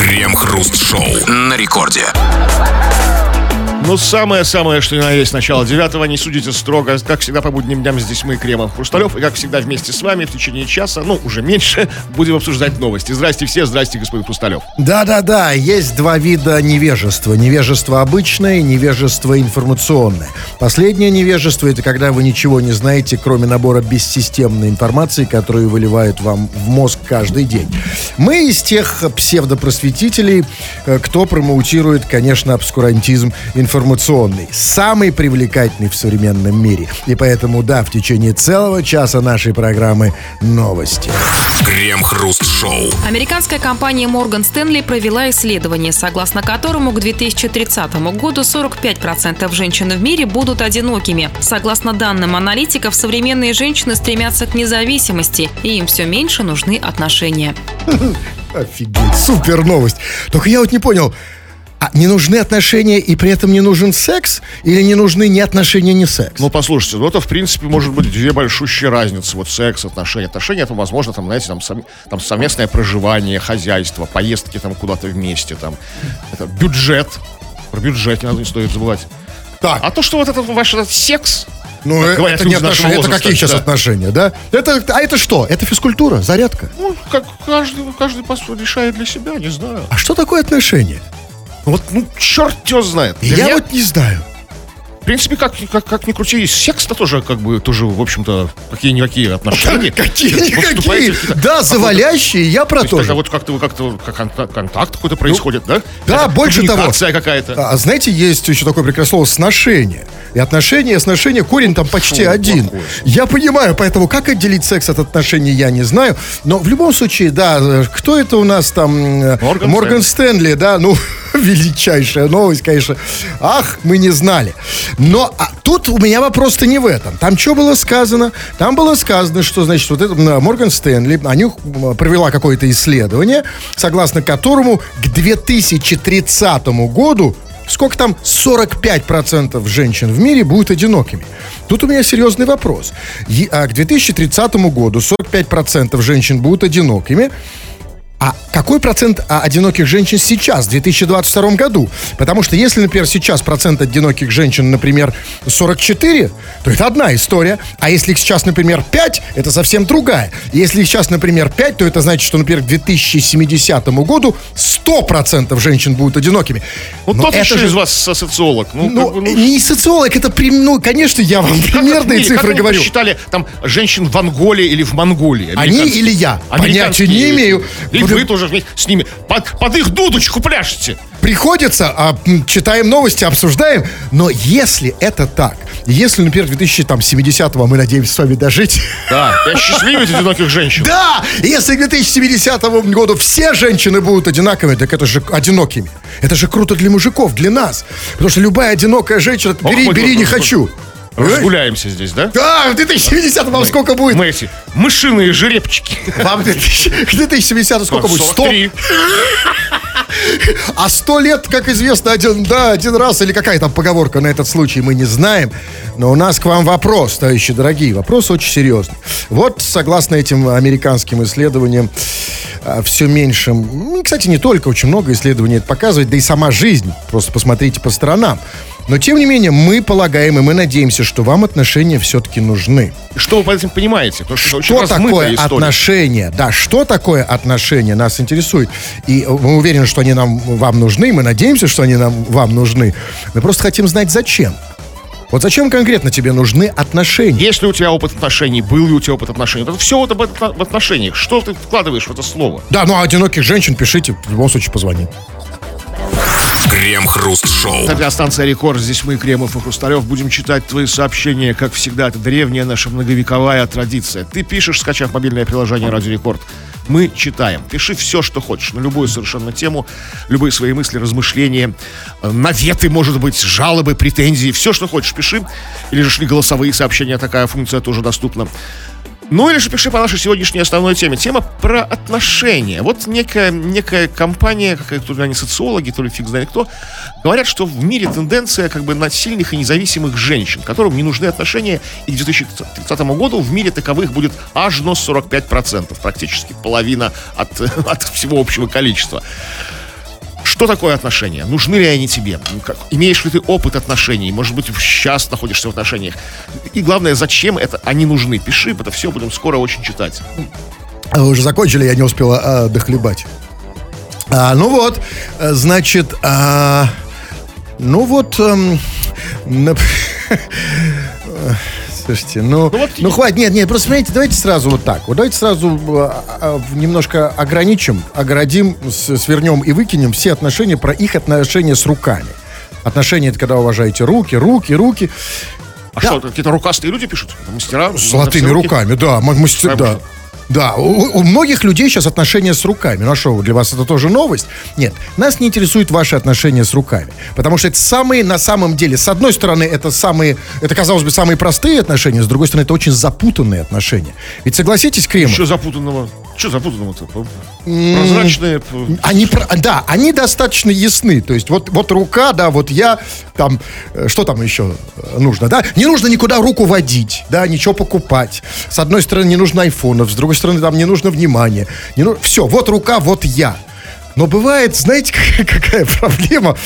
Крем-хруст-шоу на рекорде. Ну, самое-самое, что ни на есть, начало 9-го. Не судите строго. Как всегда, по будним дням здесь мы, Кремов, Хрусталев. И, как всегда, вместе с вами в течение часа, уже меньше, будем обсуждать новости. Здрасте все, здрасте, господин Хрусталев. Да, есть два вида невежества. Невежество обычное и невежество информационное. Последнее невежество — это когда вы ничего не знаете, кроме набора бессистемной информации, которую выливают вам в мозг каждый день. Мы из тех псевдопросветителей, кто промоутирует, конечно, обскурантизм информационный, самый привлекательный в современном мире. И поэтому, в течение целого часа нашей программы новости. Крем-хруст-шоу. Американская компания Morgan Stanley провела исследование, согласно которому к 2030 году 45% женщин в мире будут одинокими. Согласно данным аналитиков, современные женщины стремятся к независимости, и им все меньше нужны отношения. Офигеть, супер новость. Только я не понял, не нужны отношения и при этом не нужен секс? Или не нужны ни отношения, ни секс? Послушайте, это, в принципе, может быть две большущие разницы. Секс, отношения. Отношения, это, возможно, совместное проживание, хозяйство, поездки куда-то вместе, это бюджет. Про бюджет не стоит забывать. Так. А то, что это ваш секс... это не отношения, это какие сейчас отношения, да? Это что? Это физкультура, зарядка? Как каждый решает для себя, не знаю. А что такое отношения? Черт его знает. Я не знаю. В принципе, как ни крути, секс-то тоже, в общем-то, какие-никакие отношения. Какие-никакие. Да, завалящие, я про то же. Как-то контакт какой-то происходит, да? Да, больше того. Коммуникация какая-то. Знаете, есть еще такое прекрасное слово «сношение». И сношение, корень там почти один. Я понимаю, поэтому как отделить секс от отношений, я не знаю. Но в любом случае, кто это у нас там? Морган Стэнли, да, величайшая новость, конечно. Мы не знали. Но тут у меня вопрос-то не в этом. Там что было сказано? Там было сказано, что, Морган Стэнли, они провела какое-то исследование, согласно которому к 2030 году 45% женщин в мире будут одинокими. Тут у меня серьезный вопрос. К 2030 году 45% женщин будут одинокими. А какой процент одиноких женщин сейчас, в 2022 году? Потому что если, например, сейчас процент одиноких женщин, например, 44, то это одна история. А если их сейчас, например, 5, это совсем другая. Если их сейчас, например, 5, то это значит, что, например, к 2070 году 100% женщин будут одинокими. Тот еще из вас социолог. Не социолог, это, конечно, я вам примерные цифры говорю. Как вы считали, женщин в Анголе или в Монголии? Они или я? Понятия не имею. И вы тоже с ними под их дудочку пляшете. Приходится, читаем новости, обсуждаем. Но если это так, если, например, 2070-го мы надеемся с вами дожить. Да, счастливить одиноких женщин. Да, если к 2070 году все женщины будут одинаковыми, так это же одинокими. Это же круто для мужиков, для нас. Потому что любая одинокая женщина, бери, не хочу. Разгуляемся здесь, да? Да, в 2070 вам сколько будет? Мы эти мышиные жеребчики. Вам к 2070 сколько будет? 100? А 100 лет, как известно, один раз, или какая там поговорка на этот случай, мы не знаем. Но у нас к вам вопрос, товарищи дорогие. Вопрос очень серьезный. Согласно этим американским исследованиям, все меньше... Кстати, не только, очень много исследований это показывает, да и сама жизнь. Просто посмотрите по сторонам. Но, тем не менее, мы полагаем и мы надеемся, что вам отношения все-таки нужны. Что вы под этим понимаете? Что такое отношения? Да, что такое отношения, нас интересует. И мы уверены, что они вам нужны, мы надеемся, что они вам нужны. Мы просто хотим знать, зачем. Зачем конкретно тебе нужны отношения? Есть ли у тебя опыт отношений? Был ли у тебя опыт отношений? Это все об отношениях. Что ты вкладываешь в это слово? Да, одиноких женщин пишите, в любом случае позвони. Крем-хруст-шоу. Радиостанция «Рекорд». Здесь мы, Кремов и Хрусталев, будем читать твои сообщения. Как всегда, это древняя наша многовековая традиция. Ты пишешь, скачав мобильное приложение «Радио Рекорд». Мы читаем. Пиши все, что хочешь, на любую совершенно тему, любые свои мысли, размышления, наветы, может быть, жалобы, претензии. Все, что хочешь, пиши. Или же шли голосовые сообщения, такая функция тоже доступна. Или же пиши по нашей сегодняшней основной теме. Тема про отношения. Некая компания, то ли они социологи, то ли фиг знает кто, говорят, что в мире тенденция на сильных и независимых женщин, которым не нужны отношения, и к 2030 году в мире таковых будет аж 45%, практически половина от всего общего количества. Что такое отношения? Нужны ли они тебе? Имеешь ли ты опыт отношений? Может быть, сейчас находишься в отношениях? И главное, зачем они нужны? Пиши, это все будем скоро очень читать. Вы уже закончили, я не успел дохлебать. Ну вот, значит, слушайте, хватит, нет, просто смотрите, давайте сразу вот так. Вот давайте сразу немножко ограничим, оградим, свернем и выкинем все отношения про их отношения с руками. Отношения — это когда уважаете руки. А да. Что, какие-то рукастые люди пишут? Мастера? С золотыми руками, да. Мастера, да. Да, у многих людей сейчас отношения с руками. Ну а что, для вас это тоже новость? Нет, нас не интересуют ваши отношения с руками. Потому что это самые, на самом деле, с одной стороны, это казалось бы, самые простые отношения, с другой стороны, это очень запутанные отношения. Ведь согласитесь, Кремов? Что запутанного? Что запутанного-то? Прозрачные. Они достаточно ясны. То есть вот рука, да, вот я, там, что там еще нужно, да? Не нужно никуда руку водить, да, ничего покупать. С одной стороны, не нужно айфонов, с другой стороны, там не нужно внимания. Все, вот рука, вот я. Но бывает, знаете, какая проблема?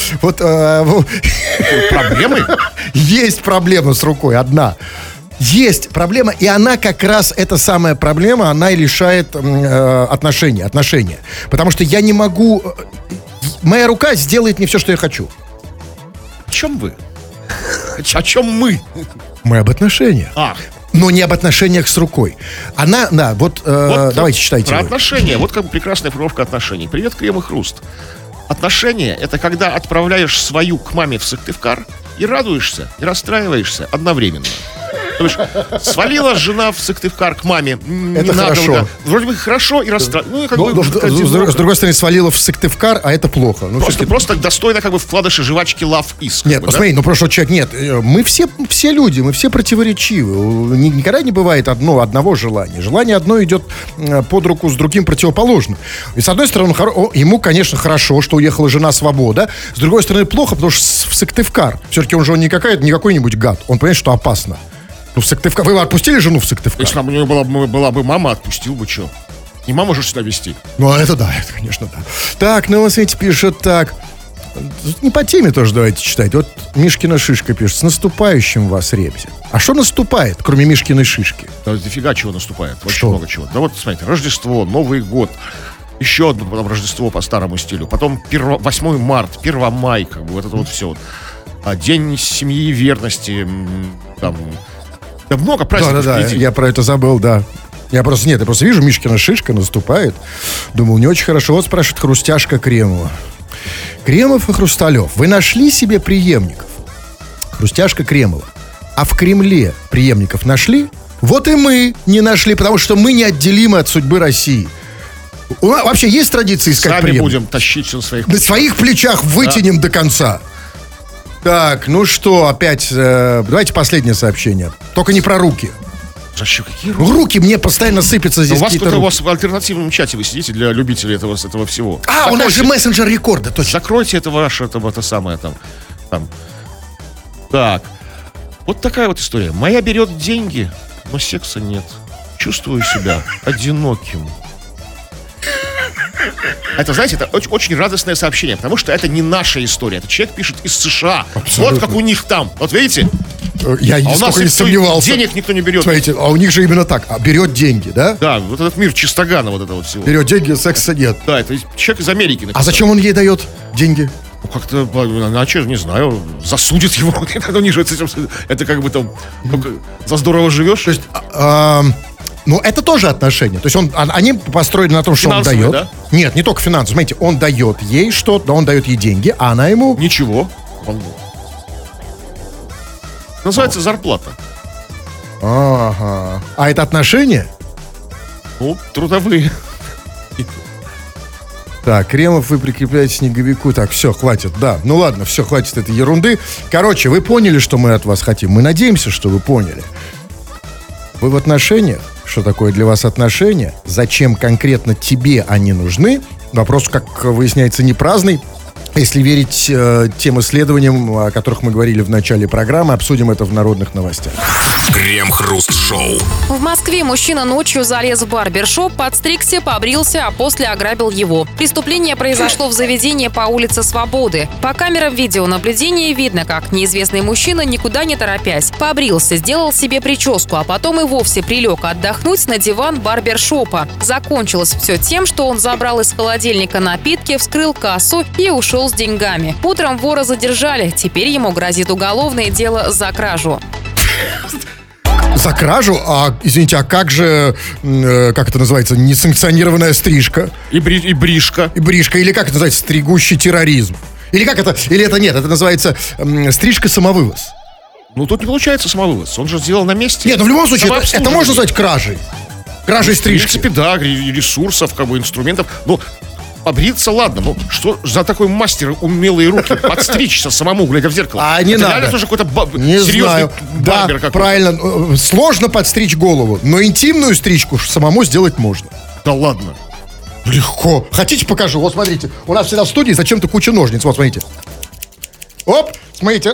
Проблемы? Есть проблема с рукой, одна. Есть проблема, и она как раз, эта самая проблема, она и лишает отношения. Потому что я не могу... Моя рука сделает мне все, что я хочу. О чем вы? О чем мы? Мы об отношениях. Но не об отношениях с рукой. Давайте читайте. Про отношения. Вот как прекрасная формулировка отношений. Привет, Крем и Хруст. Отношения — это когда отправляешь свою к маме в Сыктывкар и радуешься, и расстраиваешься одновременно. То есть свалила жена в Сыктывкар к маме. Это хорошо. Вроде бы хорошо и расстраивается. С другой стороны, свалила в Сыктывкар, а это плохо. Просто достойно вкладыши жвачки Love Is. Нет, посмотри, просто человек, нет. Мы все люди, мы все противоречивы. Никогда не бывает одного желания. Желание одно идет под руку с другим противоположным. И с одной стороны, ему, конечно, хорошо, что уехала жена свобода. С другой стороны, плохо, потому что в Сыктывкар. Все-таки он же не какой-нибудь гад. Он понимает, что опасно. В Сыктывкар. Вы отпустили жену в Сыктывкар? Если у нее была бы мама, отпустил бы, что? Не мама же сюда везти. Это конечно, да. Так, смотрите, пишет так. Не по теме тоже давайте читать. Вот Мишкина шишка пишет: с наступающим вас, Ребзи. А что наступает, кроме Мишкиной шишки? Да дофига чего наступает. Очень много чего. Да вот, смотрите, Рождество, Новый год. Еще одно потом Рождество по старому стилю. Потом 8 марта, 1 мая, вот это вот все. День семьи и верности. Там... Да много праздников. Да, я про это забыл, да. Я просто вижу, Мишкина шишка наступает. Думаю, не очень хорошо. Вот спрашивает Хрустяшка Кремова. Кремов и Хрусталев, вы нашли себе преемников? Хрустяшка Кремова. А в Кремле преемников нашли? Вот и мы не нашли, потому что мы неотделимы от судьбы России. Вообще есть традиция искать сами преемников? Будем тащить все на своих плечах. На своих плечах вытянем до конца. Так, опять, давайте последнее сообщение. Только не про руки. Зачем? Какие руки? Руки мне постоянно сыпятся здесь. У вас в альтернативном чате вы сидите для любителей этого всего. У нас же мессенджер рекорда, точно. Закройте это ваше, это самое там. Так, вот такая вот история. Моя берет деньги, но секса нет. Чувствую себя одиноким. Это, знаете, это очень радостное сообщение, потому что это не наша история. Это человек пишет из США. Абсолютно. Вот как у них там. Вот видите? Я нисколько не сомневался. Денег никто не берет. Смотрите, а у них же именно так. Берет деньги, да? Да, вот этот мир чистогана вот этого всего. Берет деньги, секса нет. Да, это человек из Америки написал. А зачем он ей дает деньги? Как-то, иначе, не знаю, засудит его. Это как бы там за здорово живешь. То есть... это тоже отношения. То есть они построены на том, что финансовые, он дает. Да? Нет, не только финансовые. Смотрите, он дает ей что-то, он дает ей деньги, а она ему... Ничего. Называется зарплата. Ага. А это отношения? Трудовые. Так, Кремов, вы прикрепляете снеговику. Так, все, хватит, да. Ладно, все, хватит этой ерунды. Короче, вы поняли, что мы от вас хотим. Мы надеемся, что вы поняли. Вы в отношениях? Что такое для вас отношения? Зачем конкретно тебе они нужны? Вопрос, как выясняется, не праздный. Если верить тем исследованиям, о которых мы говорили в начале программы, обсудим это в народных новостях. Крем-хруст-шоу. В Москве мужчина ночью залез в барбершоп, подстригся, побрился, а после ограбил его. Преступление произошло в заведении по улице Свободы. По камерам видеонаблюдения видно, как неизвестный мужчина, никуда не торопясь, побрился, сделал себе прическу, а потом и вовсе прилег отдохнуть на диван барбершопа. Закончилось все тем, что он забрал из холодильника напитки, вскрыл кассу и ушел с деньгами. Утром вора задержали. Теперь ему грозит уголовное дело за кражу. За кражу? Извините, а как же, как это называется, несанкционированная стрижка? И бришка. И бришка, или как это называется, стригущий терроризм? Или как это, или это нет, это называется стрижка-самовывоз. Ну, тут не получается самовывоз. Он же сделал на месте. Нет, ну в любом случае, это можно назвать кражей. Кражей стрижки. В принципе, да, ресурсов, как бы инструментов. Ну, побриться, ладно, ну что за такой мастер умелые руки? Подстричься самому, глядя в зеркало. Не это надо. реально тоже какой-то не серьезный знаю. барбер Да, какой-то. правильно. Сложно подстричь голову, но интимную стрижку самому сделать можно. Да ладно. Легко. Хотите, покажу? Вот смотрите. У нас всегда в студии зачем-то куча ножниц. Вот, смотрите. Оп, смотрите.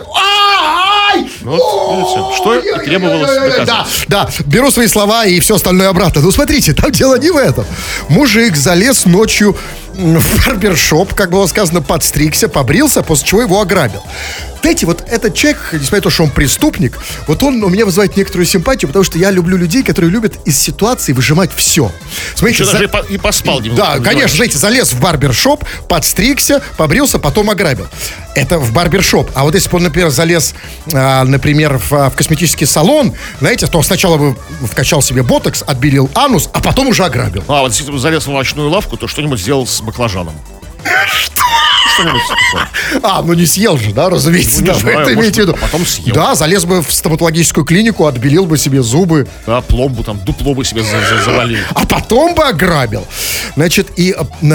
Вот, видите, что и требовалось доказать. Да, беру свои слова и все остальное обратно. Ну, смотрите, там дело не в этом. Мужик залез ночью в барбершоп, как было сказано, подстригся, побрился, после чего его ограбил. Знаете, вот этот человек, несмотря на то, что он преступник, вот он у меня вызывает некоторую симпатию, потому что я люблю людей, которые любят из ситуации выжимать все. Смотрите, Еще даже и поспал немного. Да, конечно, знаете, залез в барбершоп, подстригся, побрился, потом ограбил. Это в барбершоп. А вот если бы он, например, залез, например, в косметический салон, знаете, то сначала бы вкачал себе ботокс, отбелил анус, а потом уже ограбил. Вот если бы залез в овощную лавку, то что-нибудь сделал с баклажаном. Что-нибудь такое. Ну не съел же, да, разумеется. Ну, не да, знаю, это имеете в виду. а потом съел. Да, залез бы в стоматологическую клинику, отбелил бы себе зубы, Да, пломбу там, дупло бы себе завалил. а потом бы ограбил. Значит, и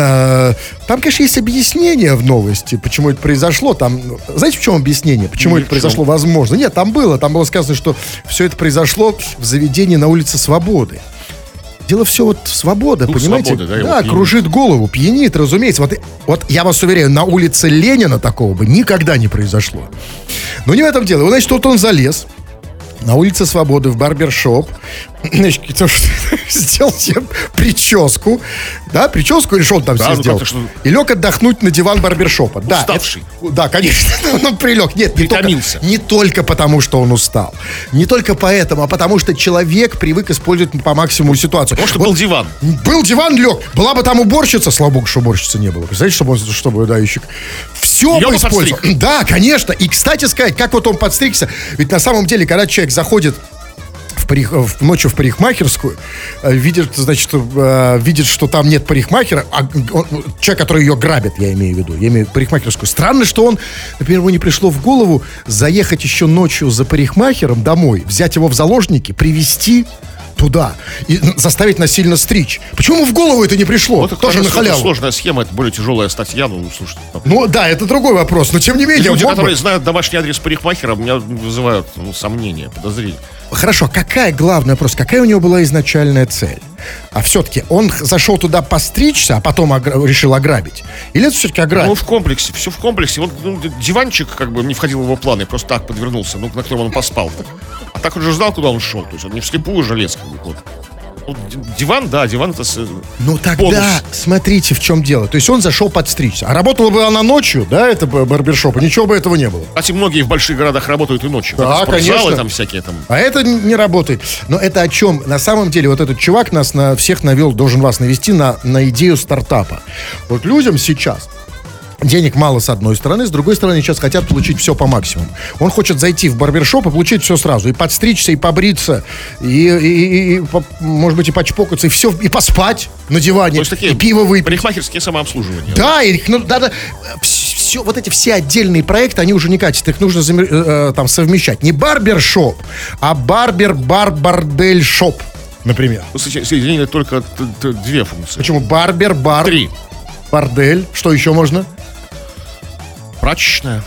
там, конечно, есть объяснение в новости, почему это произошло. Там, знаете, в чем объяснение? Почему это произошло возможно? Нет, там было сказано, что все это произошло в заведении на улице Свободы. Дело все вот свобода, Дух понимаете? свободы, Да, кружит голову, пьянит, разумеется. Вот я вас уверяю, на улице Ленина такого бы никогда не произошло. Но не в этом дело. Значит, вот он залез на улице Свободы в барбершоп, значит, сделал себе прическу, да, прическу, или что он там себе сделал? И лег отдохнуть на диван барбершопа. Уставший. Да, конечно, он прилег. Нет, не только потому, что он устал. Не только поэтому, а потому что человек привык использовать по максимуму ситуацию. Потому что был диван. Был диван, лег. Была бы там уборщица, слава богу, что уборщицы не было. Представляете, чтобы да, еще... Все бы использовал. Да, конечно. И, кстати сказать, как вот он подстригся. Ведь на самом деле, когда человек заходит ночью в парикмахерскую, видит, значит, видит, что там нет парикмахера, человек, который ее грабит, я имею в виду, парикмахерскую. Странно, что он, например, ему не пришло в голову заехать еще ночью за парикмахером домой, взять его в заложники, привезти туда и заставить насильно стричь. Почему ему в голову это не пришло? Вот это тоже на халяву. Это сложная схема, это более тяжелая статья, слушайте. Ну да, это другой вопрос, но тем не менее... Люди, которые знают домашний адрес парикмахера, меня вызывают сомнения, подозрения. Хорошо, главный вопрос, какая у него была изначальная цель? А все-таки он зашел туда постричься, а потом решил ограбить? Или это все-таки ограбить? Ну, в комплексе, все в комплексе. Вот диванчик как бы не входил в его планы, просто так подвернулся, на котором он поспал. А так он же знал, куда он шел. То есть он не вслепую же лез. Вот. Диван, да, диван это Ну тогда, бонус. Смотрите, в чем дело. То есть он зашел подстричься. А работала бы она ночью, да, это барбершоп, ничего бы этого не было. Кстати, многие в больших городах работают и ночью. Да, конечно. Там всякие там. А это не работает. Но это о чем? На самом деле, вот этот чувак нас всех навел, должен вас навести на идею стартапа. Вот людям сейчас денег мало с одной стороны, с другой стороны сейчас хотят получить все по максимуму. Он хочет зайти в барбершоп и получить все сразу. И подстричься, и побриться, и может быть, и почпокаться, и все, и поспать на диване, То есть такие и пиво выпить. парикмахерские самообслуживания. Да, надо... Все, вот эти все отдельные проекты, они уже не качественные, их нужно там совмещать. Не барбершоп, а барбердельшоп, например. Соединили только две функции. Почему? Бар, 3. бордель. Что еще можно? Прачечная.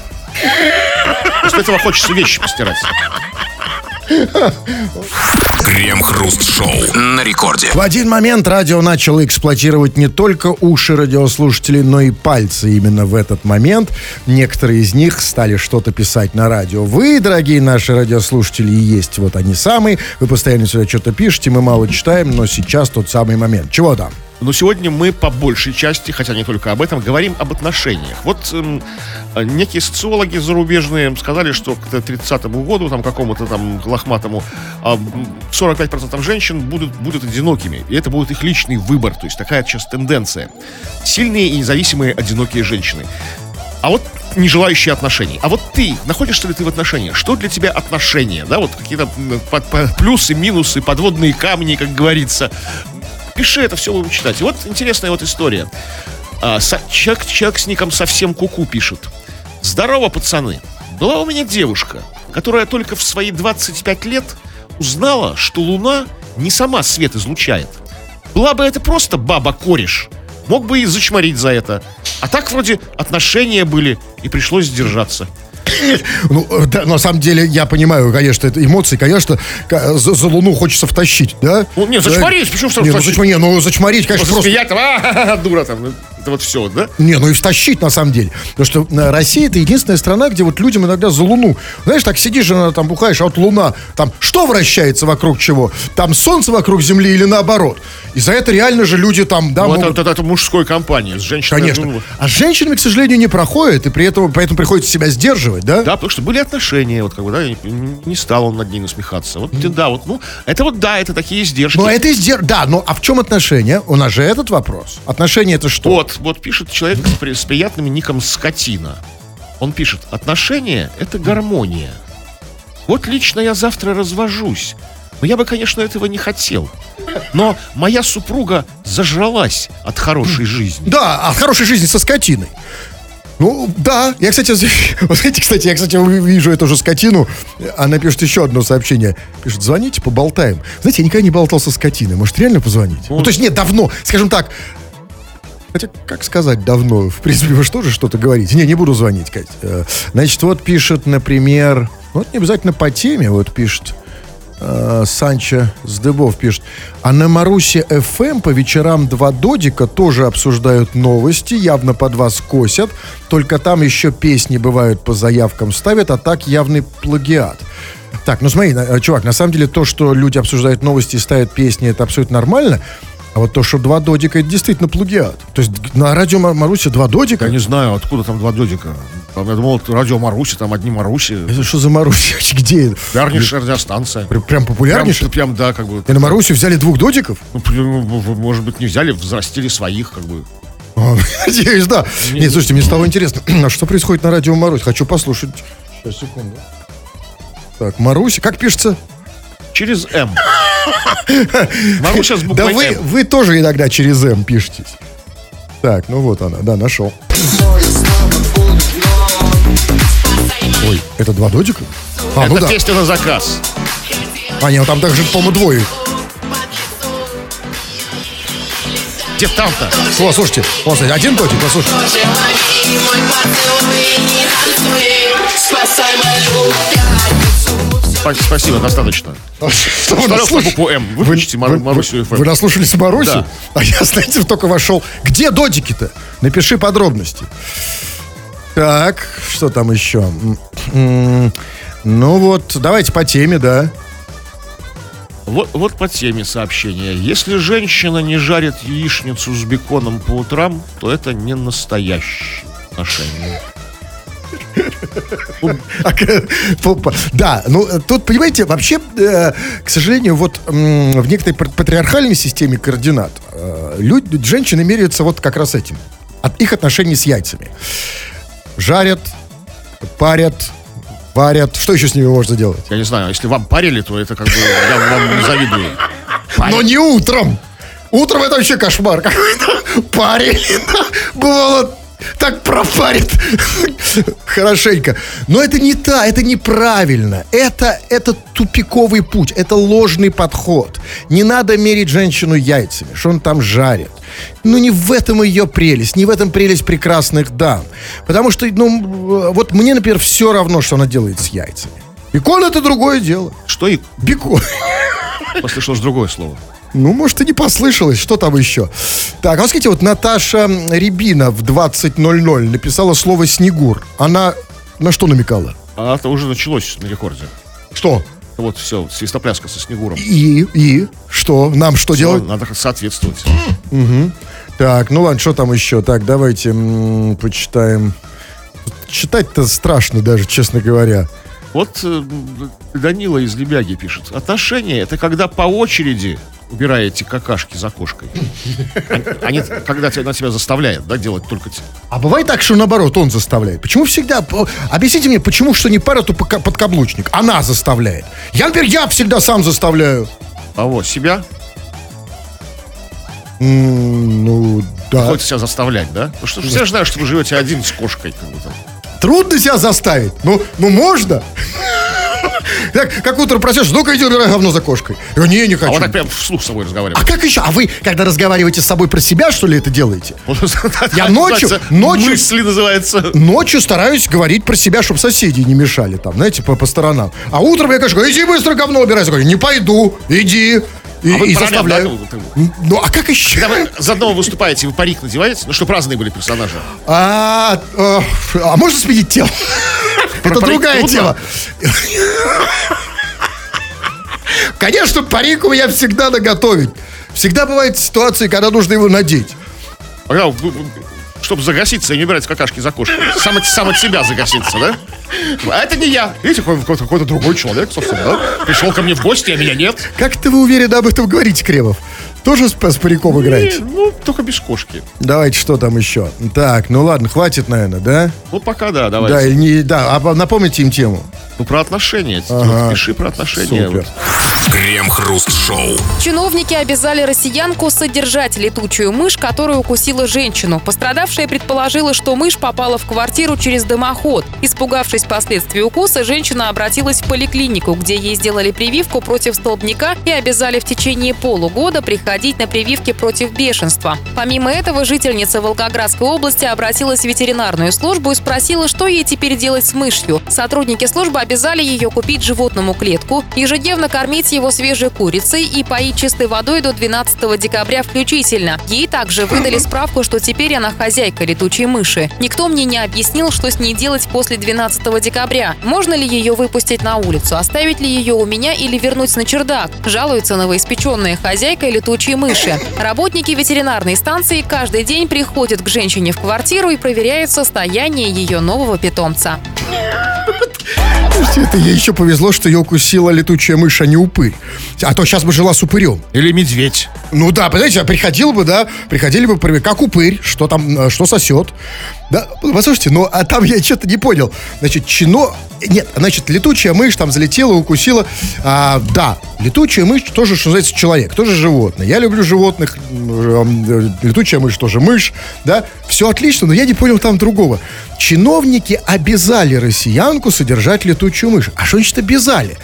После этого хочется вещи постирать. Крем-хруст Хруст-шоу на рекорде. В один момент радио начало эксплуатировать не только уши радиослушателей, но и пальцы. Именно в этот момент некоторые из них стали что-то писать на радио. Вы, дорогие наши радиослушатели, и есть вот они самые. Вы постоянно сюда что-то пишете, мы мало читаем, но сейчас тот самый момент. Чего там? Но сегодня мы по большей части, хотя не только об этом, говорим об отношениях. Вот некие социологи зарубежные сказали, что к 30-му году, там, какому-то там лохматому, 45% женщин будут одинокими. И это будет их личный выбор. То есть такая сейчас тенденция. Сильные и независимые одинокие женщины. А вот не желающие отношений. А вот ты, находишься ли ты в отношениях? Что для тебя отношения? Да, вот какие-то плюсы, минусы, подводные камни, как говорится. Пиши, это все будем читать. И вот интересная вот история. Человек с ником «Совсем куку» пишет. Здорово, пацаны. Была у меня девушка, которая только в свои 25 лет узнала, что Луна не сама свет излучает. Была бы это просто баба-кореш, мог бы и зачморить за это. А так вроде отношения были, и пришлось сдержаться. Ну, да, на самом деле, я понимаю, конечно, это эмоции, конечно, за Луну хочется втащить, да? Ну, нет, зачморить, почему сразу втащить? Зачморить, конечно, просто... Смеять, дура там, это вот все, да? Не, ну и втащить, на самом деле. Потому что Россия — это единственная страна, где вот людям иногда за Луну. Знаешь, так сидишь, там бухаешь, а вот Луна, там что вращается вокруг чего? Там Солнце вокруг Земли или наоборот? И за это реально же люди там, да, ну, могут... это мужской компании, с женщинами... Конечно. А с женщинами, к сожалению, не проходит, и поэтому приходится себя сдерживать, да? Да, потому что были отношения, вот как бы, да, не стал он над ней насмехаться. Вот, да, вот, ну, это такие издержки. Ну, это да, но а в чем отношения? У нас же этот вопрос. Отношения — это что? Вот пишет человек с приятным ником «Скотина». Он пишет: отношения — это гармония. Вот лично я завтра развожусь. Но я бы, конечно, этого не хотел. Но моя супруга зажралась от хорошей жизни. Да, от хорошей жизни со скотиной. Ну, да, я, кстати, вот знаете, я вижу эту же скотину. Она пишет еще одно сообщение. Пишет: звоните, поболтаем. Знаете, я никогда не болтал со скотиной. Может, реально позвонить? Ну, то есть, нет, давно, скажем так. Хотя, как сказать давно? В принципе, вы же тоже что-то говорите. Не буду звонить, Кать. Значит, вот пишет, например, вот не обязательно по теме, вот пишет Санчо с Дыбов пишет: а на Марусе ФМ по вечерам два додика тоже обсуждают новости, явно под вас косят, только там еще песни бывают по заявкам ставят, а так явный плагиат. Так, ну смотри, чувак, на самом деле то, что люди обсуждают новости и ставят песни, это абсолютно нормально. А вот то, что два додика, это действительно плагиат. То есть на радио Маруси два додика? Я не знаю, откуда там два додика. Я думал, радио Маруси, там одни Маруси. Это что за Маруси? Где это? Популярнейшая радиостанция. Прям популярнейшая? Прям, да, как бы. И на Маруси взяли двух додиков? Ну, может быть, не взяли, взрастили своих, как бы. Надеюсь, да. Нет, слушайте, мне стало интересно, а что происходит на радио Маруси? Хочу послушать. Сейчас, секунду. Так, Маруси, как пишется? Через М. Маруся с буквой Да М. вы тоже иногда через М пишетесь. Так, ну вот она, да, нашел. Ой, это два додика? Это ну да. песня на заказ. А, нет, там также, по-моему, двое. Где там-то? О, слушайте, один додик, послушайте. Спасибо, достаточно. Что вы Что наслушались? букву М? Выключите Марусю ФМ. Вы наслушались Маруси? Да. А я, знаете, только вошел. Где додики-то? Напиши подробности. Так, что там еще? Ну вот, давайте по теме, да. Вот по теме сообщения. Если женщина не жарит яичницу с беконом по утрам, то это не настоящие отношения. Да, ну тут, понимаете, вообще, к сожалению, вот в некоторой патриархальной системе координат женщины меряются вот как раз этим. От их отношений с яйцами. Жарят, парят, варят. Что еще с ними можно делать? Я не знаю, если вам парили, то это как бы я вам не завидую. Но не утром. Утром это вообще кошмар какой-то. Парили, да. Бывало, так пропарит хорошенько. Но это не это неправильно. Это тупиковый путь, это ложный подход. Не надо мерить женщину яйцами, что он там жарит. Ну, не в этом ее прелесть, не в этом прелесть прекрасных дам. Потому что, вот мне, например, все равно, что она делает с яйцами. Бекон — это другое дело. Что и... Бекон. Послышалось другое слово. Ну, может, и не послышалось. Что там еще? Так, а вот смотрите, вот Наташа Рябина в 20:00 написала слово «снегур». Она на что намекала? А это уже началось на рекорде. Что? Вот все, свистопляска со Снегуром. И? Что? Нам что Всё, делать? надо соответствовать. Так, ну ладно, что там еще? Так, давайте почитаем. Читать-то страшно даже, честно говоря. Вот Данила из Лебяги пишет. Отношения — это когда по очереди убираете какашки за кошкой. Они когда тебя на тебя заставляют, да, делать только... А бывает так, что наоборот, он заставляет. Почему всегда... Объясните мне, почему что не пара, то подкаблучник? Она заставляет. Я, например, я всегда сам заставляю. А вот, себя? Ну, да. Хочется себя заставлять, да? Ну что ж, все же знают, что вы живете один с кошкой. Как будто. Трудно себя заставить. Ну можно. Так, как утром просишь, ну-ка иди убирай говно за кошкой. Я говорю, не А хочу. вот так прям вслух с собой А разговариваете. как еще? А вы, когда разговариваете с собой про себя, что ли, это делаете? Я ночью- Мысли называется. Ночью стараюсь говорить про себя, чтобы соседи не мешали там, знаете, по сторонам. А утром я говорю, иди быстро говно убирай. Я говорю, не пойду, иди. И вы параллельно, заставляю. да, Ну, а как еще? Когда вы заодно выступаете, вы парик надеваете? Ну, чтобы разные были персонажи. А можно сменить тему? Это парик другая трудно? тема. Конечно, парик у меня всегда наготове. Всегда бывают ситуации, когда нужно его надеть. Когда чтобы загаситься и не убирать какашки за кошкой. Сам от себя загаситься, да? А это не я. Видите, какой-то другой человек, собственно, да? Пришел ко мне в гости, а меня нет. Как-то вы уверенно об этом говорите, Кремов? Тоже с париком играете? Ну, только без кошки. Давайте, что там еще? Так, ну ладно, хватит, наверное, да? Ну, пока да, Да, давайте. или не, да, а напомните им тему. Ну, про отношения. Ага. Пиши про отношения. Супер. Крем-хруст-шоу. Чиновники обязали россиянку содержать летучую мышь, которая укусила женщину. Пострадавшая предположила, что мышь попала в квартиру через дымоход. Испугавшись последствий укуса, женщина обратилась в поликлинику, где ей сделали прививку против столбняка и обязали в течение полугода приходить на прививки против бешенства. Помимо этого, жительница Волгоградской области обратилась в ветеринарную службу и спросила, что ей теперь делать с мышью. Сотрудники службы обязали ее купить животному клетку, ежедневно кормить его свежей курицей и поить чистой водой до 12 декабря включительно. Ей также выдали справку, что теперь она хозяйка летучей мыши. Никто мне не объяснил, что с ней делать после 12 декабря. Можно ли ее выпустить на улицу, оставить ли ее у меня или вернуть на чердак? Жалуется новоиспеченная хозяйка летучей мыши. Работники ветеринарной станции каждый день приходят к женщине в квартиру и проверяют состояние ее нового питомца. Слушайте, это ей еще повезло, что ее укусила летучая мышь, а не упырь. А то сейчас бы жила с упырем. Или медведь. Ну да, понимаете, приходили бы проверять, как упырь, что там, что сосет. Да, послушайте, ну, а там я что-то не понял. Значит, летучая мышь там залетела, укусила. Да, летучая мышь тоже, что называется, человек, тоже животное. Я люблю животных, летучая мышь тоже мышь, да. Все отлично, но я не понял там другого. Чиновники обязали россиянку содержать летучую мышь. А что значит обязали?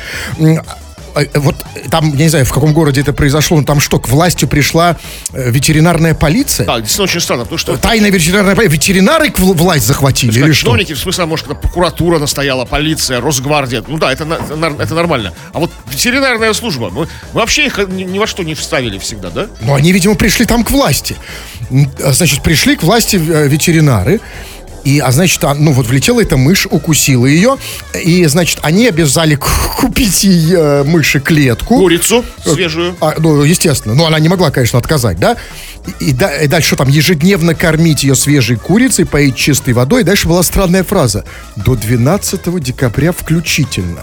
Вот там, я не знаю, в каком городе это произошло, но там что, к власти пришла ветеринарная полиция? Да, действительно очень странно, потому что... Тайная ветеринарная полиция. Ветеринары власть захватили или что? Чиновники, в смысле, может, когда прокуратура настояла, полиция, Росгвардия. Ну да, это нормально. А вот ветеринарная служба, мы вообще их ни во что не вставили всегда, да? Ну, они, видимо, пришли там к власти. Значит, пришли к власти ветеринары. Значит, влетела эта мышь, укусила ее. И, значит, они обязали купить ей мыши клетку. Курицу свежую. Естественно. Но она не могла, конечно, отказать, да? И дальше что там? Ежедневно кормить ее свежей курицей, поить чистой водой. И дальше была странная фраза. До 12 декабря включительно.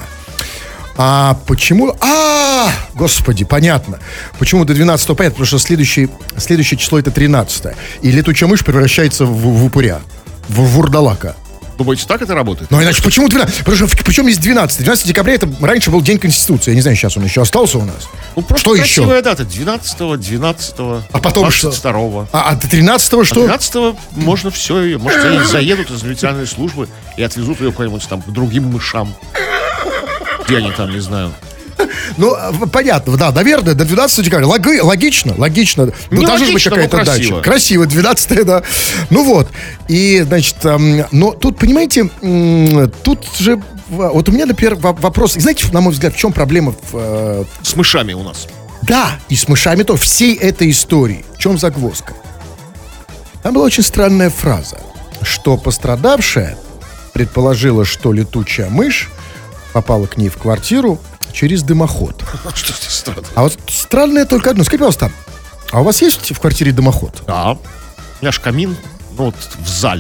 А почему? Господи, понятно. Почему до 12-го понятно? Потому что следующее число это 13. И летучая мышь превращается в упыря. В вурдалака. Думаете, так это работает? Ну, иначе почему 12? Потому что причем есть 12. 12 декабря это раньше был День Конституции. Я не знаю, сейчас он еще остался у нас. Ну, просто что красивая еще? дата. 12-го, А потом 22-го. А 13-го что? 13-го можно все. Может, они заедут из ветеринарной службы и отвезут ее куда-нибудь там к другим мышам. Где они там, не знаю. Ну, понятно, да, наверное, до 12 декабря. Логично. Не Должна быть логично, какая-то но красиво. дача. Красиво, 12 да. Ну вот. И, значит, но тут, понимаете, тут же... Вот у меня, например, вопрос. И знаете, на мой взгляд, в чем проблема С мышами у нас. Да, и с мышами тоже. Всей этой истории. В чем загвоздка? Там была очень странная фраза, что пострадавшая предположила, что летучая мышь попала к ней в квартиру через дымоход. Что здесь странно? А вот странное только одно. Скажите, пожалуйста, а у вас есть в квартире дымоход? Да. У меня ж камин, ну вот в зале.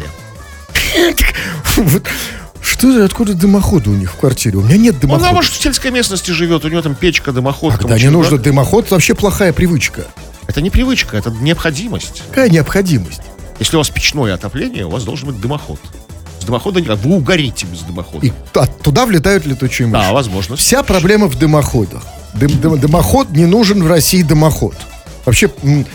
Что за, откуда дымоходы у них в квартире? У меня нет дымохода. Он, может, в сельской местности живет, у него там печка, дымоход. А когда не нужно дымоход, это вообще плохая привычка. Это не привычка, это необходимость. Какая необходимость? Если у вас печное отопление, у вас должен быть дымоход. С дымохода никак. Вы угорите без дымохода. И туда влетают летучие мыши. Да, возможно. Вся проблема в дымоходах. Дымоход, не нужен в России дымоход. Вообще,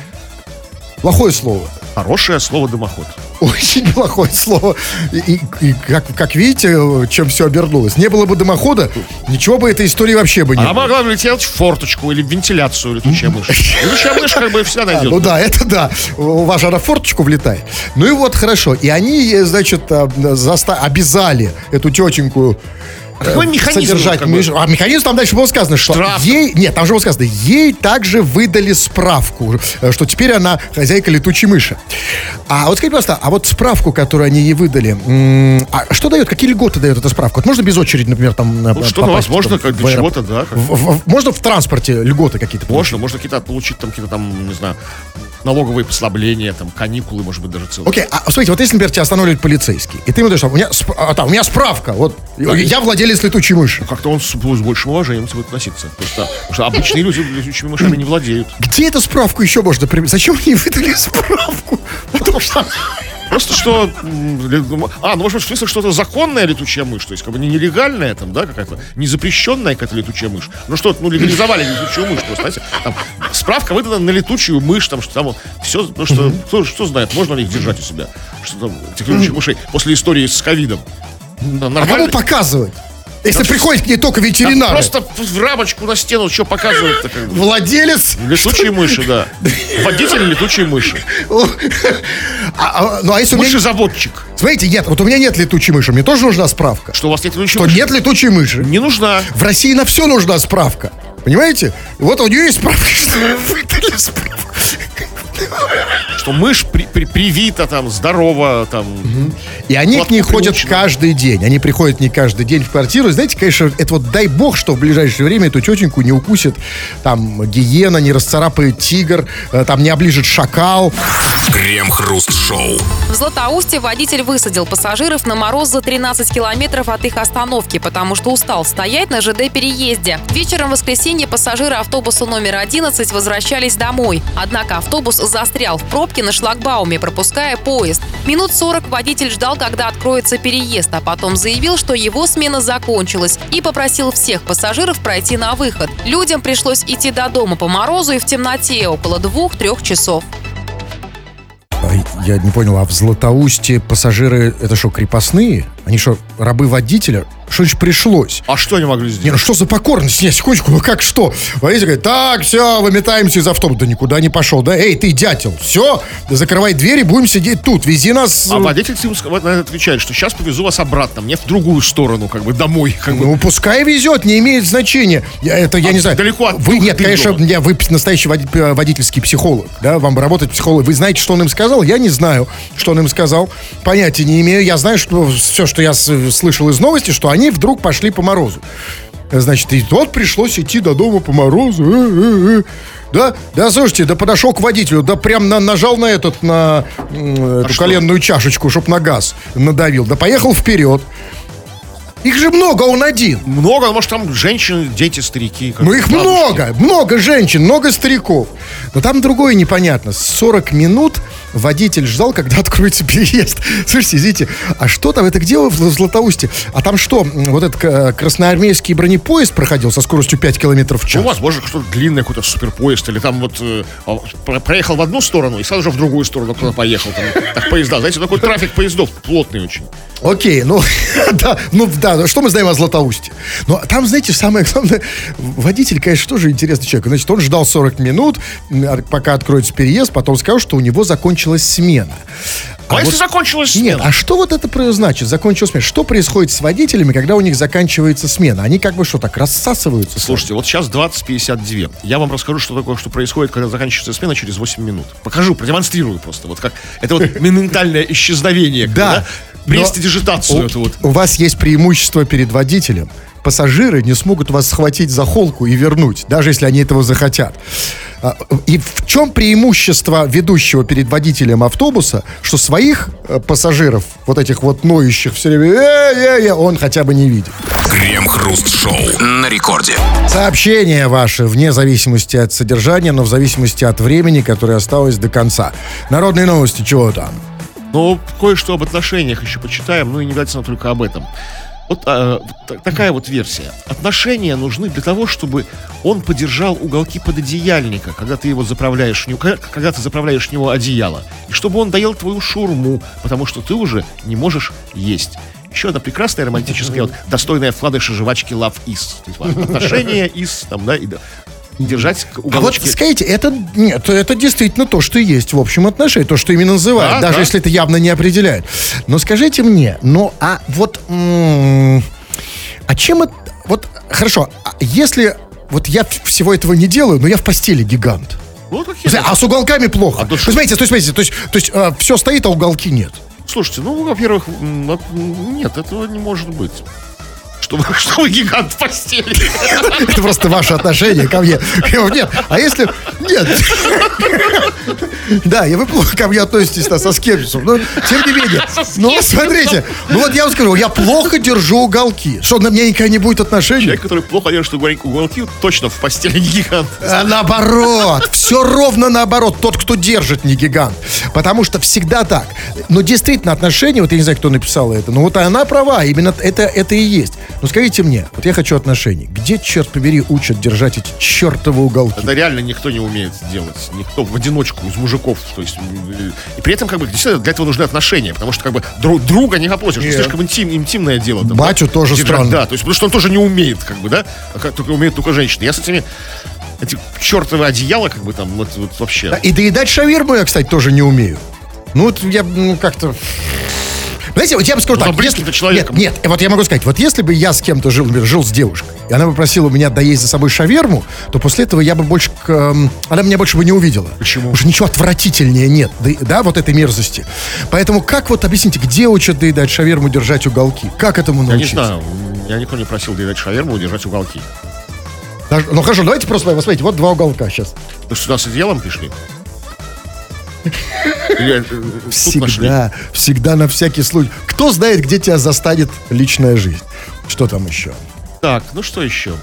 плохое слово. Хорошее слово дымоход. Очень плохое слово. И как видите, чем все обернулось. Не было бы дымохода, ничего бы этой истории вообще бы не было. А могла бы лететь в форточку или в вентиляцию летучая мышь. Летучая мышь как бы всегда найдет. Ну да, это да. У вас же она в форточку влетает. Ну и вот хорошо. И они, значит, обязали эту тетеньку какой механизм? Содержать мышь. А механизм там дальше было сказано, что штраф. ей... Нет, там же было сказано, ей также выдали справку, что теперь она хозяйка летучей мыши. А вот скажите, пожалуйста, а вот справку, которую они ей выдали, а что дает, какие льготы дает эта справка? Вот можно без очереди, например, там... Ну, что-то возможно, как для чего-то, да. Можно в транспорте льготы какие-то получить? Можно какие-то получить, там, какие-то там, не знаю, налоговые послабления, там, каникулы, может быть, даже целые. Окей, а смотрите, вот если, например, тебя останавливает полицейский, и ты ему говоришь, у меня справка, вот, я владелец летучей мыши. Как-то он с большим уважением будет относиться. Потому что обычные люди летучими мышами не владеют. Где эту справку еще можно применить? Зачем они выдали справку? Потому что... Просто что... ну может быть, в смысле, что-то законная летучая мышь, то есть как бы не нелегальная там, да, какая-то, не запрещенная какая-то летучая мышь. Ну что, легализовали летучую мышь, просто, знаете, там, справка выдана на летучую мышь, там, что там все, ну что, что знает, можно ли их держать у себя, что там, этих летучих мышей, после истории с ковидом. А кому показывать? Если приходит к ней только ветеринар. Просто в рамочку на стену что показывает-то? Как бы? Владелец? Летучей мыши, да. Водитель летучей мыши. Ну, а если Мышезаводчик. Смотрите, нет, вот у меня нет летучей мыши, мне тоже нужна справка. Что у вас нет летучей мыши? Нет летучей мыши. Не нужна. В России на все нужна справка. Понимаете? И вот у нее есть справка, что выдали справку. Что мышь привита, там, здорова, там. И они к ней ходят каждый день. Они приходят к ней каждый день в квартиру. И знаете, конечно, это вот дай бог, что в ближайшее время эту тетеньку не укусит там гиена, не расцарапает тигр, там не оближет шакал. Крем-хруст-шоу. В Златоусте водитель высадил пассажиров на мороз за 13 километров от их остановки, потому что устал стоять на ЖД-переезде. Вечером в воскресенье пассажиры автобуса номер 11 возвращались домой. Однако автобус застрял в пробке на шлагбауме, пропуская поезд. Минут 40 водитель ждал, когда откроется переезд, а потом заявил, что его смена закончилась, и попросил всех пассажиров пройти на выход. Людям пришлось идти до дома по морозу и в темноте около 2-3 часов. Я не понял, а в Златоусте пассажиры, это что, крепостные? Они что, рабы водителя? Что же пришлось? А что они могли сделать? Не, ну что за покорность? Нет, секундочку, ну как что? Водитель говорит, так, все, выметаемся из автобуса. Да никуда не пошел, да? Эй, ты, дятел, все, закрывай двери, будем сидеть тут, вези нас... А водитель на это отвечает, что сейчас повезу вас обратно, мне в другую сторону, как бы, домой. Как бы. Ну, пускай везет, не имеет значения. Я не знаю. Далеко от вы, нет, конечно, вы настоящий водительский психолог, да, вам работает психолог. Вы знаете, что он им сказал? Я не знаю, что он им сказал. Понятия не имею. Я знаю, что все, что я слышал из новости, что они вдруг пошли по морозу. Значит, и вот пришлось идти до дома по морозу. Да, слушайте, да подошел к водителю, да прям нажал на эту коленную чашечку, чтоб на газ надавил. Да поехал вперед. Их же много, он один. Много, может там женщины, дети, старики. Ну их много женщин, много стариков. Но там другое непонятно. 40 минут водитель ждал, когда откроется переезд. Слушайте, извините, а что там, это где в Златоусте? А там что, вот этот красноармейский бронепоезд проходил со скоростью 5 километров в час? У вас, может, что-то длинное, какой-то суперпоезд, или там вот проехал в одну сторону и сразу же в другую сторону куда поехал. Там, так поезда, знаете, такой трафик поездов плотный очень. Окей, ну да, да, что мы знаем о Златоусте? Но там, знаете, самое главное, водитель, конечно, тоже интересный человек. Значит, он ждал 40 минут, пока откроется переезд, потом сказал, что у него закончилась смена. А если закончилась смена? Нет, а что вот это значит, закончилась смена? Что происходит с водителями, когда у них заканчивается смена? Они как бы что, так рассасываются? Слушайте, вот сейчас 20:52. Я вам расскажу, что такое, что происходит, когда заканчивается смена через 8 минут. Покажу, продемонстрирую просто. Вот как это вот моментальное исчезновение. Да. Престидижитацию. У вас есть преимущество перед водителем. Пассажиры не смогут вас схватить за холку и вернуть, даже если они этого захотят. И в чем преимущество ведущего перед водителем автобуса, что своих пассажиров, вот этих вот ноющих все время, он хотя бы не видит. Крем-хруст-шоу на рекорде. Сообщения ваши, вне зависимости от содержания, но в зависимости от времени, которое осталось до конца. Народные новости, чего там? Ну, кое-что об отношениях еще почитаем, ну и не обязательно только об этом. Вот такая вот версия. Отношения нужны для того, чтобы он подержал уголки пододеяльника, когда ты его заправляешь, когда ты заправляешь в него одеяло. И чтобы он доел твою шаурму, потому что ты уже не можешь есть. Еще одна прекрасная романтическая, вот, достойная вкладыша жвачки Love Is. Отношения из, там, да, и держать уголочки. А вот, скажите, это действительно то, что есть в общем отношении, то, что именно называют, даже если это явно не определяет. Но скажите мне, чем это... Вот, хорошо, если вот я всего этого не делаю, но я в постели гигант. Вот а с уголками плохо. То есть все стоит, а уголки нет. Слушайте, ну, во-первых, нет, этого не может быть. Что вы гигант в постели? Это просто ваше отношение ко мне. Нет, а если... Нет. Да, и вы плохо ко мне относитесь со скепсисом. Но, тем не менее, смотрите. Вот я вам скажу, я плохо держу уголки. Что, на меня никогда не будет отношений? Человек, который плохо держит уголки, точно в постели не гигант. Наоборот. Все ровно наоборот. Тот, кто держит, не гигант. Потому что всегда так. Но действительно отношения, вот я не знаю, кто написал это, но вот она права. Именно это и есть. Ну скажите мне, вот я хочу отношений. Где, черт побери, учат держать эти чертовы уголки? Это реально никто не умеет делать. Никто в одиночку, из мужиков. То есть, и при этом, как бы, действительно, для этого нужны отношения. Потому что, как бы, друга не попросишь. Это слишком интимное дело. Там, батю тоже странно. Да, то есть, потому что он тоже не умеет, как бы, да? Умеет только женщины. Я с эти чертовы одеяла, как бы, там, вот вообще. Да, и доедать шаверму я, кстати, тоже не умею. Ну, вот я, как-то... Знаете, вот я бы сказал так, нет, вот я могу сказать, вот если бы я с кем-то жил с девушкой, и она бы просила меня доесть за собой шаверму, то после этого я бы больше, она меня больше бы не увидела. Почему? Потому что ничего отвратительнее нет, да, вот этой мерзости. Поэтому как вот, объясните, где учат доедать шаверму, держать уголки? Как этому научиться? Я не знаю, я никто не просил доедать шаверму, держать уголки. Ну хорошо, давайте просто, посмотрите, вот 2 уголка сейчас. Вы сюда с одеялом пришли? Всегда на всякий случай. Кто знает, где тебя застанет личная жизнь? Что там еще? Так, ну что еще?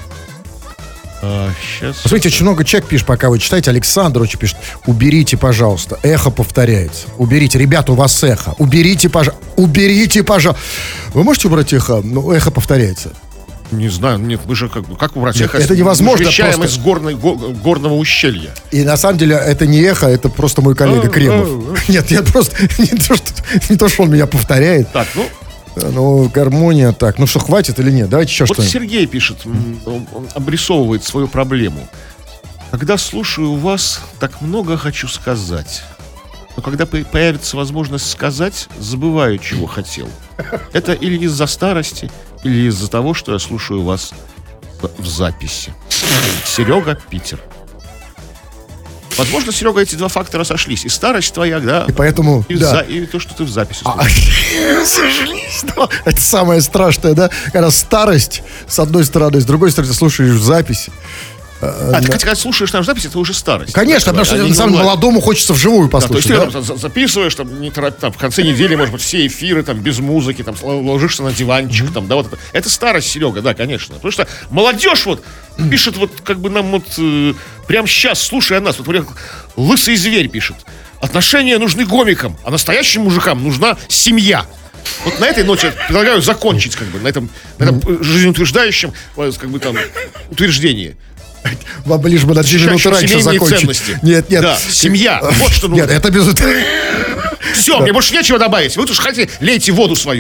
Сейчас. Смотрите, очень много человек пишет, пока вы читаете. Александр очень пишет: уберите, пожалуйста, эхо повторяется. Уберите, ребята, у вас эхо. Уберите, пожалуйста. Вы можете убрать эхо? Ну, эхо повторяется. Не знаю, нет, вы же как убрать эхо? Это невозможно. Мы вещаем из горного ущелья. И на самом деле это не эхо, это просто мой коллега Кремов. Нет, я просто не то, что он меня повторяет. Так, ну, гармония, так. Ну что, хватит или нет? Давайте еще что-нибудь. Вот Сергей пишет, он обрисовывает свою проблему. Когда слушаю вас, так много хочу сказать. Но когда появится возможность сказать, забываю, чего хотел. Это или из-за старости, или из-за того, что я слушаю вас в записи. Серега, Питер. Возможно, Серега, эти 2 фактора сошлись. И старость твоя, да. И поэтому, и то, что ты в записи сошлись. Это самое страшное, да? Когда старость, с одной стороны, с другой стороны, ты слушаешь в записи. Когда слушаешь там запись, это уже старость. Конечно, потому что на самом деле молодому хочется вживую послушать. То есть ты там записываешь, там, в конце недели, может быть, все эфиры там, без музыки, там, ложишься на диванчик, там, да, вот это. Это старость, Серега, да, конечно. Потому что молодежь вот пишет вот как бы нам вот прямо сейчас, слушая нас, вот лысый зверь пишет: отношения нужны гомикам, а настоящим мужикам нужна семья. Вот на этой ноте предлагаю закончить, как бы, на этом жизнеутверждающем, как бы, там, утверждении. Вам лишь бы на 2 минуты раньше закончить. Ценности. Нет. Да, семья. Вот что нужно. Нет, это без... Все, мне больше нечего добавить. Вы уж хотите, лейте воду свою.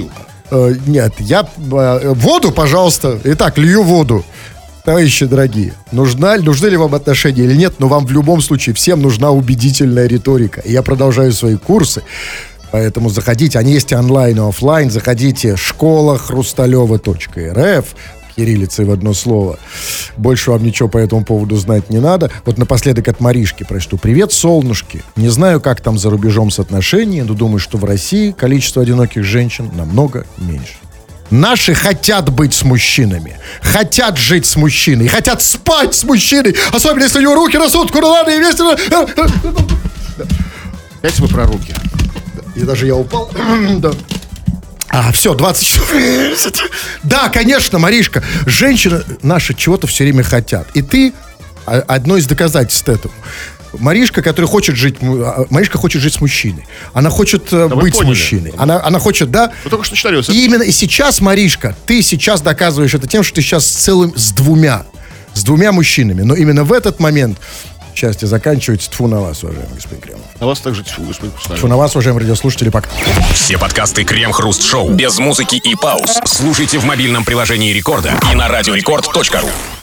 Нет, воду, пожалуйста. Итак, лью воду. Товарищи дорогие, нужны ли вам отношения или нет, но вам в любом случае всем нужна убедительная риторика. И я продолжаю свои курсы. Поэтому заходите, они есть онлайн и офлайн. Заходите школа.хрусталева.рф, кириллицей в одно слово. Больше вам ничего по этому поводу знать не надо. Вот напоследок от Маришки прочту. Привет, солнышки. Не знаю, как там за рубежом с отношениями, но думаю, что в России количество одиноких женщин намного меньше. Наши хотят быть с мужчинами, хотят жить с мужчиной, хотят спать с мужчиной, особенно если у него руки растут, курланы и весело. Опять вы про руки. И даже я упал. Да. Все, 20 часов. Да, конечно, Маришка, женщины наши чего-то все время хотят. И ты одно из доказательств этому. Маришка, которая хочет жить с мужчиной. Она хочет быть с мужчиной. Она хочет, да. Вы только что читали. И именно и сейчас, Маришка, ты сейчас доказываешь это тем, что ты сейчас с двумя мужчинами. Но именно в этот момент счастье заканчивается. Тьфу на вас, уважаемый господин Кремов. На вас также тьфу, господин Хрусталев. Тьфу на вас, уважаемые радиослушатели, пока. Все подкасты Крем-Хруст Шоу без музыки и пауз слушайте в мобильном приложении Рекорда и на радиорекорд.ру.